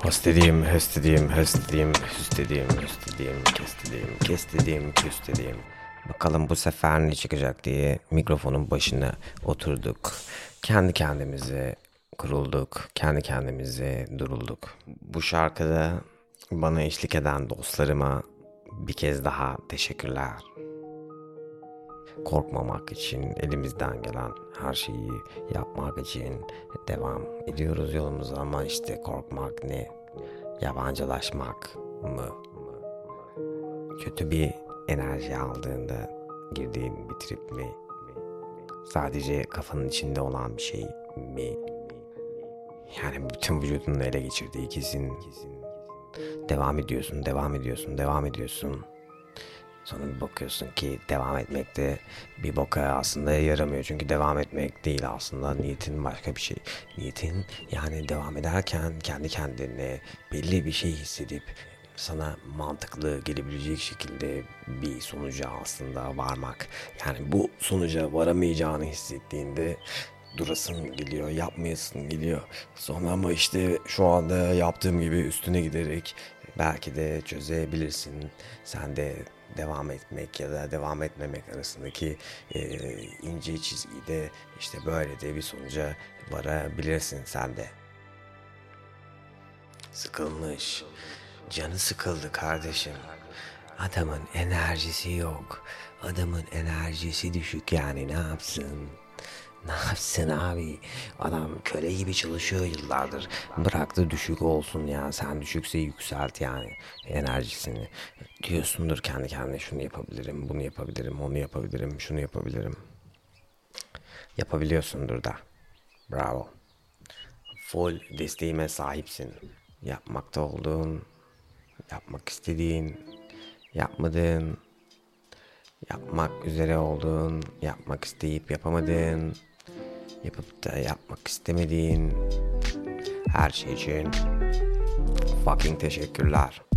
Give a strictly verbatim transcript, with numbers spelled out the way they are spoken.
Hostediğim, höstediğim, höstediğim, hüstediğim, hüstediğim, kestediğim, kestediğim, küstediğim. Bakalım bu sefer ne çıkacak diye mikrofonun başına oturduk. Kendi kendimize kurulduk, kendi kendimize durulduk. Bu şarkıda bana eşlik eden dostlarıma bir kez daha teşekkürler. Korkmamak için elimizden gelen her şeyi yapmak için devam ediyoruz yolumuza ama işte korkmak ne? Yabancılaşmak mı? Kötü bir enerji aldığında girdiğin bir trip mi? Sadece kafanın içinde olan bir şey mi? Yani bütün vücudunu ele geçirdiği kesin. Devam ediyorsun, devam ediyorsun, devam ediyorsun. Sonra bir bakıyorsun ki devam etmek de bir boka aslında yaramıyor. Çünkü devam etmek değil aslında niyetin başka bir şey. Niyetin yani devam ederken kendi kendine belli bir şey hissedip sana mantıklı gelebilecek şekilde bir sonuca aslında varmak. Yani bu sonuca varamayacağını hissettiğinde durasın geliyor, yapmayasın geliyor. Sonra ama işte şu anda yaptığım gibi üstüne giderek belki de çözebilirsin. Sen de devam etmek ya da devam etmemek arasındaki e, ince çizgide işte böyle de bir sonuca varabilirsin sen de. Sıkılmış, canı sıkıldı kardeşim. Adamın enerjisi yok. Adamın enerjisi düşük yani ne yapsın? Ne yapsın abi? Adam köle gibi çalışıyor yıllardır. Bıraktı düşük olsun ya. Sen düşükse yükselt yani enerjisini. Diyorsundur kendi kendine şunu yapabilirim, bunu yapabilirim, onu yapabilirim, şunu yapabilirim. Yapabiliyorsundur da. Bravo. Full desteğime sahipsin. Yapmakta olduğun, yapmak istediğin, yapmadığın, yapmak üzere olduğun, yapmak isteyip yapamadığın, yapıp da yapmak istemediğin her şey için fucking teşekkürler.